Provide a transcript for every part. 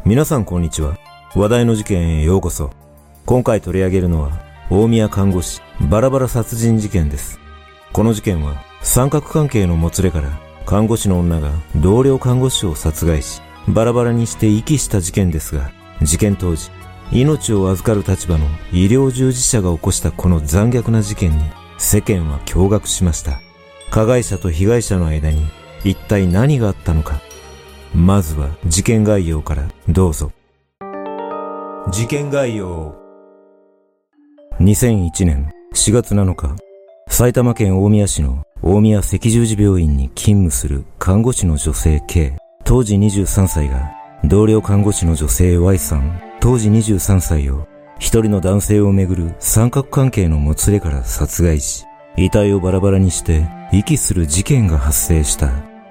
皆さんこんにちは。話題の事件へようこそ。今回取り上げるのは大宮看護師バラバラ殺人事件です。この事件は三角関係のもつれから看護師の女が同僚看護師を殺害しバラバラにして遺棄した事件ですが、事件当時命を預かる立場の医療従事者が起こしたこの残虐な事件に世間は驚愕しました。加害者と被害者の間に一体何があったのか。まずは事件概要からどうぞ。事件概要。2001年4月7日、埼玉県大宮市の大宮赤十字病院に勤務する看護師の女性 K、当時23歳が同僚看護師の女性 Y さん、当時23歳を一人の男性をめぐる三角関係のもつれから殺害し、遺体をバラバラにして遺棄する事件が発生した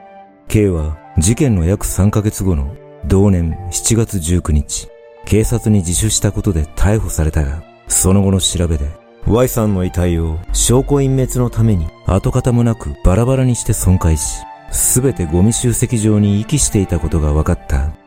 。K は事件の約3ヶ月後の同年7月19日、警察に自首したことで逮捕されたが、その後の調べで Y さんの遺体を証拠隠滅のために跡形もなくバラバラにして損壊し、すべてゴミ集積場に遺棄していたことが分かった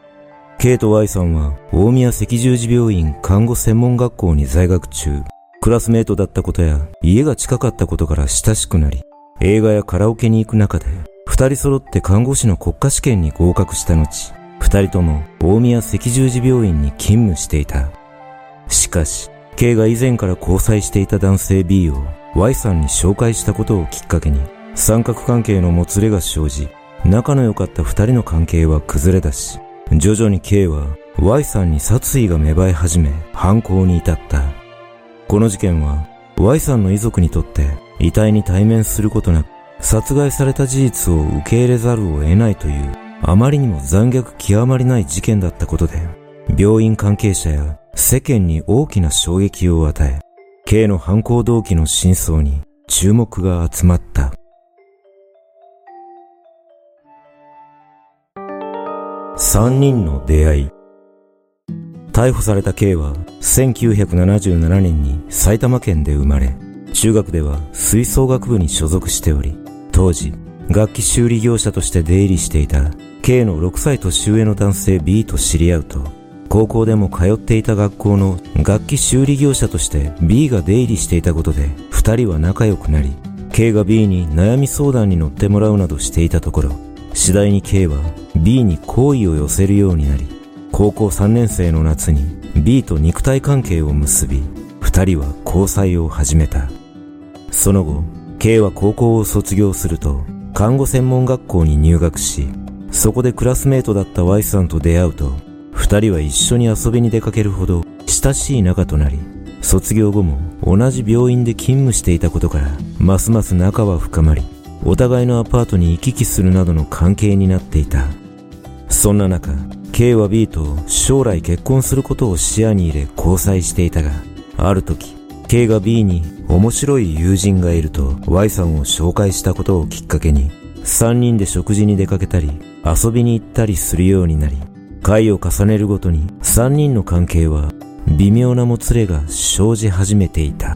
。K と Y さんは大宮赤十字病院看護専門学校に在学中、クラスメートだったことや家が近かったことから親しくなり、映画やカラオケに行く中で二人揃って看護師の国家試験に合格した後、二人とも大宮赤十字病院に勤務していた。しかし、K が以前から交際していた男性 B を Y さんに紹介したことをきっかけに、三角関係のもつれが生じ、仲の良かった二人の関係は崩れ出し、徐々に K は Y さんに殺意が芽生え始め、犯行に至った。この事件は Y さんの遺族にとって遺体に対面することなく、殺害された事実を受け入れざるを得ないというあまりにも残虐極まりない事件だったことで、病院関係者や世間に大きな衝撃を与え、K の犯行動機の真相に注目が集まった。3人の出会い。逮捕された K は1977年に埼玉県で生まれ、中学では吹奏楽部に所属しており、当時楽器修理業者として出入りしていた K の6歳年上の男性 B と知り合うと、高校でも通っていた学校の楽器修理業者として B が出入りしていたことで二人は仲良くなり、 K が B に悩み相談に乗ってもらうなどしていたところ、次第に K は B に好意を寄せるようになり、高校3年生の夏に B と肉体関係を結び、二人は交際を始めた。その後、K は高校を卒業すると看護専門学校に入学し、そこでクラスメートだった Y さんと出会うと、二人は一緒に遊びに出かけるほど親しい仲となり、卒業後も同じ病院で勤務していたことからますます仲は深まり、お互いのアパートに行き来するなどの関係になっていた。そんな中、K は B と将来結婚することを視野に入れ交際していたが、ある時 K が B に面白い友人がいると Y さんを紹介したことをきっかけに、3人で食事に出かけたり遊びに行ったりするようになり、回を重ねるごとに3人の関係は微妙なもつれが生じ始めていた。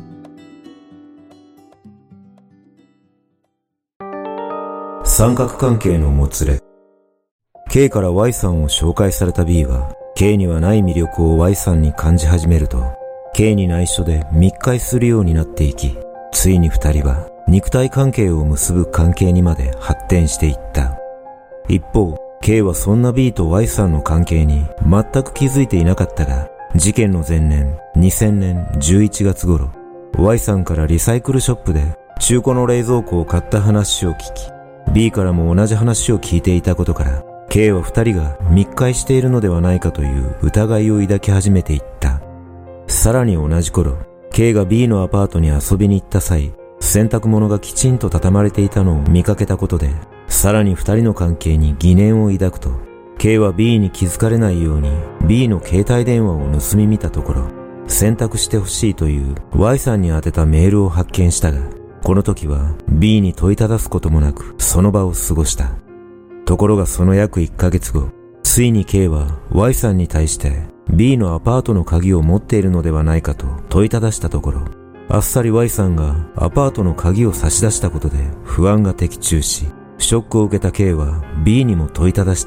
三角関係のもつれ。 K から Y さんを紹介された B は K にはない魅力を Y さんに感じ始めると、 K に内緒で密会するようになっていき、ついに二人は肉体関係を結ぶ関係にまで発展していった。一方、 K はそんな B と Y さんの関係に全く気づいていなかったが、事件の前年2000年11月頃、 Y さんからリサイクルショップで中古の冷蔵庫を買った話を聞き、 B からも同じ話を聞いていたことから、 K は二人が密会しているのではないかという疑いを抱き始めていった。さらに同じ頃、 K が B のアパートに遊びに行った際、洗濯物がきちんと畳まれていたのを見かけたことで、さらに二人の関係に疑念を抱くと、 K は B に気づかれないように B の携帯電話を盗み見たところ、洗濯してほしいという Y さんに宛てたメールを発見したが、この時は B に問いただすこともなくその場を過ごした。ところがその約1ヶ月後、ついに K は Y さんに対して B のアパートの鍵を持っているのではないかと問いただしたところ、あっさり Y さんがアパートの鍵を差し出したことで不安が的中し、ショックを受けた K は B にも問いただしたが、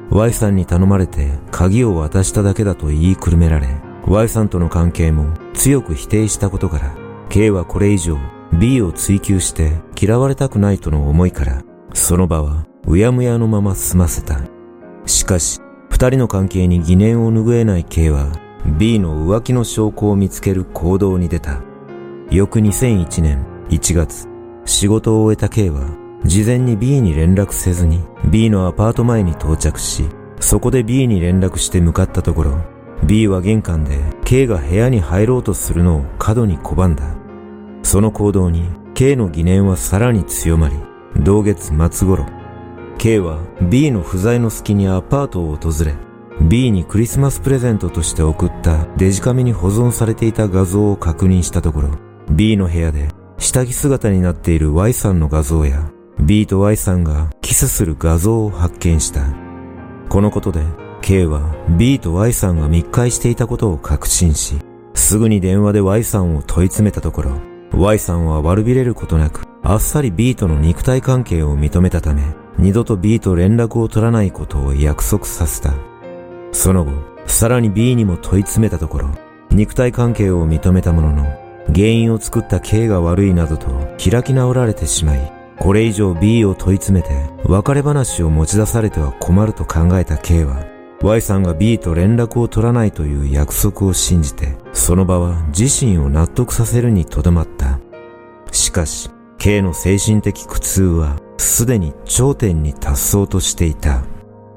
Y さんに頼まれて鍵を渡しただけだと言いくるめられ、Y さんとの関係も強く否定したことから、K はこれ以上 B を追求して嫌われたくないとの思いから、その場はうやむやのまま済ませた。しかし、二人の関係に疑念を拭えない K は、B の浮気の証拠を見つける行動に出た。翌2001年1月、仕事を終えた K は、事前に B に連絡せずに B のアパート前に到着し、そこで B に連絡して向かったところ、B は玄関で K が部屋に入ろうとするのを過度に拒んだ。その行動に K の疑念はさらに強まり、同月末頃、K は B の不在の隙にアパートを訪れ、B にクリスマスプレゼントとして送ったデジカメに保存されていた画像を確認したところ、B の部屋で下着姿になっている Y さんの画像や、B と Y さんがキスする画像を発見した。このことで K は B と Y さんが密会していたことを確信し、すぐに電話で Y さんを問い詰めたところ、Y さんは悪びれることなく、あっさり B との肉体関係を認めたため、二度と B と連絡を取らないことを約束させた。その後、さらに B にも問い詰めたところ、肉体関係を認めたものの、原因を作った K が悪いなどと開き直られてしまい、これ以上 B を問い詰めて別れ話を持ち出されては困ると考えた K は、Y さんが B と連絡を取らないという約束を信じて、その場は自身を納得させるにとどまった。しかし、K の精神的苦痛はすでに頂点に達そうとしていた。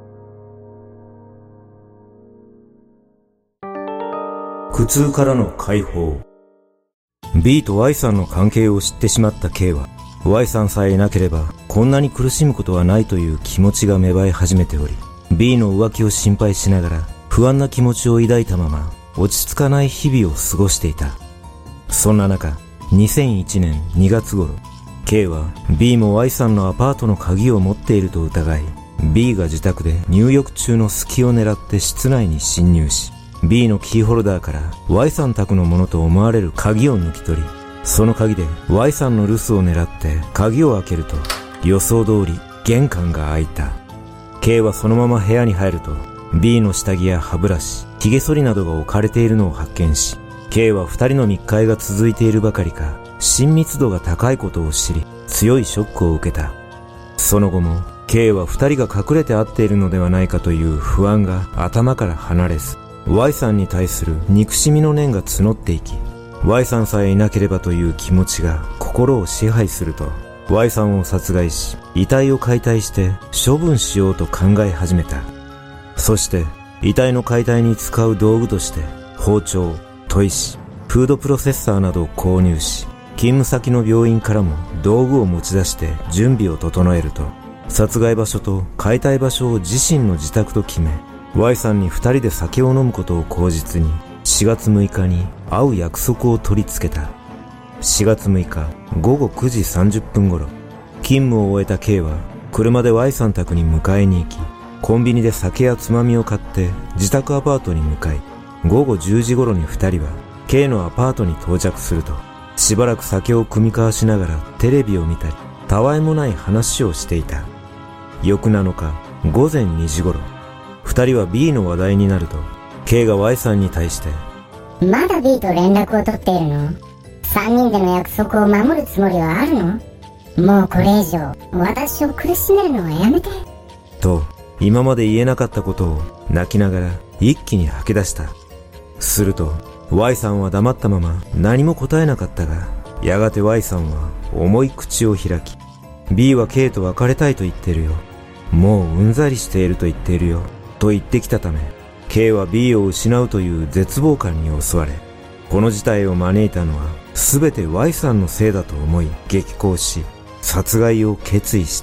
苦痛からの解放。B と Y さんの関係を知ってしまった K は、Y さんさえいなければこんなに苦しむことはないという気持ちが芽生え始めており、B の浮気を心配しながら不安な気持ちを抱いたまま落ち着かない日々を過ごしていた。そんな中、2001年2月頃、K は B も Y さんのアパートの鍵を持っていると疑い、B が自宅で入浴中の隙を狙って室内に侵入し、B のキーホルダーから Y さん宅のものと思われる鍵を抜き取り、その鍵で Y さんの留守を狙って鍵を開けると、予想通り玄関が開いた。K はそのまま部屋に入ると、B の下着や歯ブラシ、髭剃りなどが置かれているのを発見し、K は二人の密会が続いているばかりか、親密度が高いことを知り、強いショックを受けた。その後も K は二人が隠れて会っているのではないかという不安が頭から離れず、Y さんに対する憎しみの念が募っていき、Y さんさえいなければという気持ちが心を支配すると、Y さんを殺害し、遺体を解体して処分しようと考え始めた。そして、遺体の解体に使う道具として、包丁、砥石、フードプロセッサーなどを購入し、勤務先の病院からも道具を持ち出して準備を整えると、殺害場所と解体場所を自身の自宅と決め、Y さんに二人で酒を飲むことを口実に、4月6日に会う約束を取り付けた。4月6日午後9時30分頃、勤務を終えた K は車で Y さん宅に迎えに行き、コンビニで酒やつまみを買って自宅アパートに向かい、午後10時頃に二人は K のアパートに到着すると、しばらく酒を酌み交わしながらテレビを見たり、たわいもない話をしていた。翌7日午前2時頃、二人は B の話題になると、K が Y さんに対して、 まだ B と連絡を取っているの？3人での約束を守るつもりはあるの？もうこれ以上私を苦しめるのはやめて。 と、今まで言えなかったことを泣きながら一気に吐き出した。すると、Y さんは黙ったまま何も答えなかったが、やがて Y さんは重い口を開き、B は K と別れたいと言ってるよ。もううんざりしていると言っているよ。と言ってきたため、K は B を失うという絶望感に襲われ、この事態を招いたのは全て Y さんのせいだと思い激高し、殺害を決意した。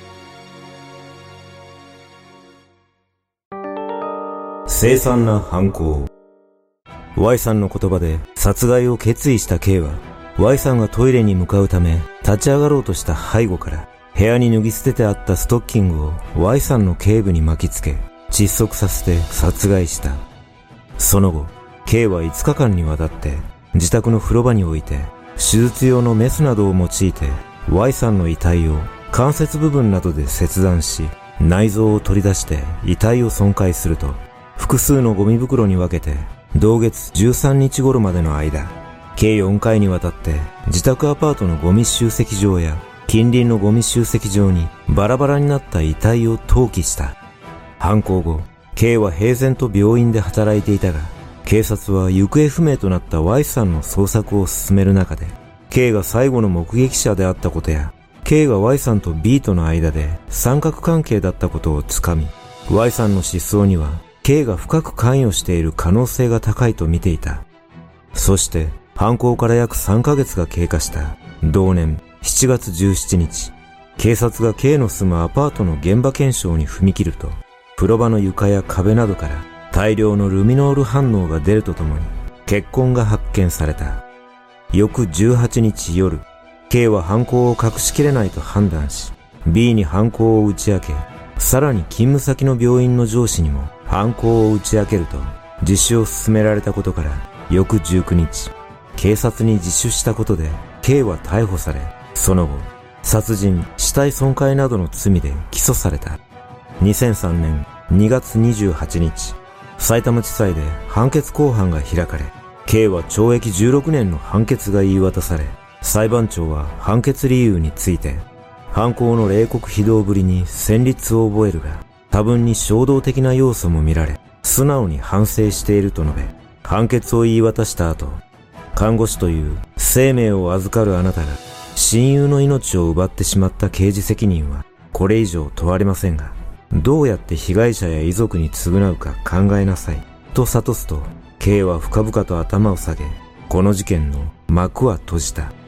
凄惨な犯行。Y さんの言葉で殺害を決意した K は、Y さんがトイレに向かうため立ち上がろうとした背後から部屋に脱ぎ捨ててあったストッキングを Y さんの頸部に巻きつけ窒息させて殺害した。その後、K は5日間にわたって自宅の風呂場に置いて手術用のメスなどを用いて Y さんの遺体を関節部分などで切断し内臓を取り出して遺体を損壊すると、複数のゴミ袋に分けて、同月13日頃までの間、計4回にわたって自宅アパートのゴミ集積場や近隣のゴミ集積場にバラバラになった遺体を投棄した。犯行後、K は平然と病院で働いていたが、警察は行方不明となった Y さんの捜索を進める中で、K が最後の目撃者であったことや、K が Y さんと B との間で三角関係だったことをつかみ、Y さんの失踪には K が深く関与している可能性が高いと見ていた。そして、犯行から約3ヶ月が経過した同年7月17日、警察が K の住むアパートの現場検証に踏み切ると、風呂場の床や壁などから大量のルミノール反応が出るとともに血痕が発見された。翌18日夜、K は犯行を隠しきれないと判断し、B に犯行を打ち明け、さらに勤務先の病院の上司にも犯行を打ち明けると、自首を勧められたことから、翌19日、警察に自首したことで K は逮捕され、その後、殺人、死体損壊などの罪で起訴された。2003年2月28日、さいたま地裁で判決公判が開かれ、K は懲役16年の判決が言い渡され、裁判長は判決理由について、犯行の冷酷非道ぶりに戦慄を覚えるが、多分に衝動的な要素も見られ、素直に反省していると述べ、判決を言い渡した後、看護師という生命を預かるあなたが親友の命を奪ってしまった刑事責任はこれ以上問われませんが、どうやって被害者や遺族に償うか考えなさいと諭すと、K は深々と頭を下げ、この事件の幕は閉じた。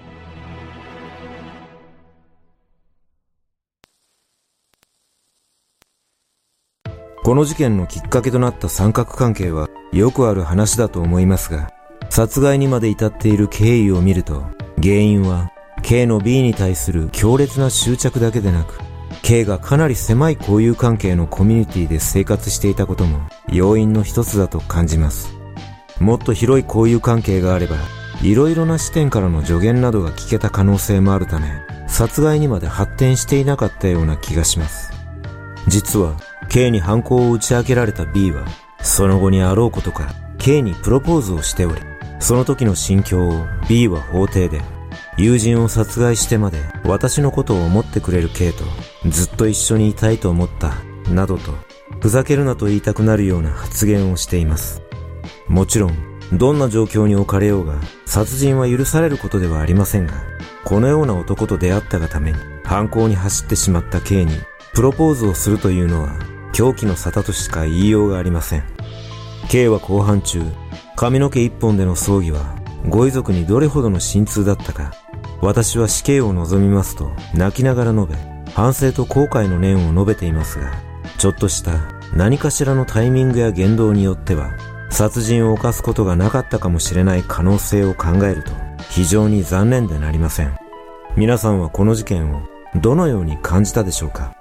この事件のきっかけとなった三角関係はよくある話だと思いますが、殺害にまで至っている経緯を見ると、原因は K の B に対する強烈な執着だけでなく、K がかなり狭い交友関係のコミュニティで生活していたことも要因の一つだと感じます。もっと広い交友関係があれば、いろいろな視点からの助言などが聞けた可能性もあるため、殺害にまで発展していなかったような気がします。実は K に犯行を打ち明けられた B は、その後にあろうことか K にプロポーズをしており、その時の心境を B は法廷で、友人を殺害してまで私のことを思ってくれる K とずっと一緒にいたいと思ったなどと、ふざけるなと言いたくなるような発言をしています。もちろんどんな状況に置かれようが殺人は許されることではありませんが、このような男と出会ったがために犯行に走ってしまった K にプロポーズをするというのは狂気の沙汰としか言いようがありません。K は公判中、髪の毛一本での葬儀はご遺族にどれほどの心痛だったか、私は死刑を望みますと泣きながら述べ、反省と後悔の念を述べていますが、ちょっとした何かしらのタイミングや言動によっては殺人を犯すことがなかったかもしれない可能性を考えると非常に残念でなりません。皆さんはこの事件をどのように感じたでしょうか。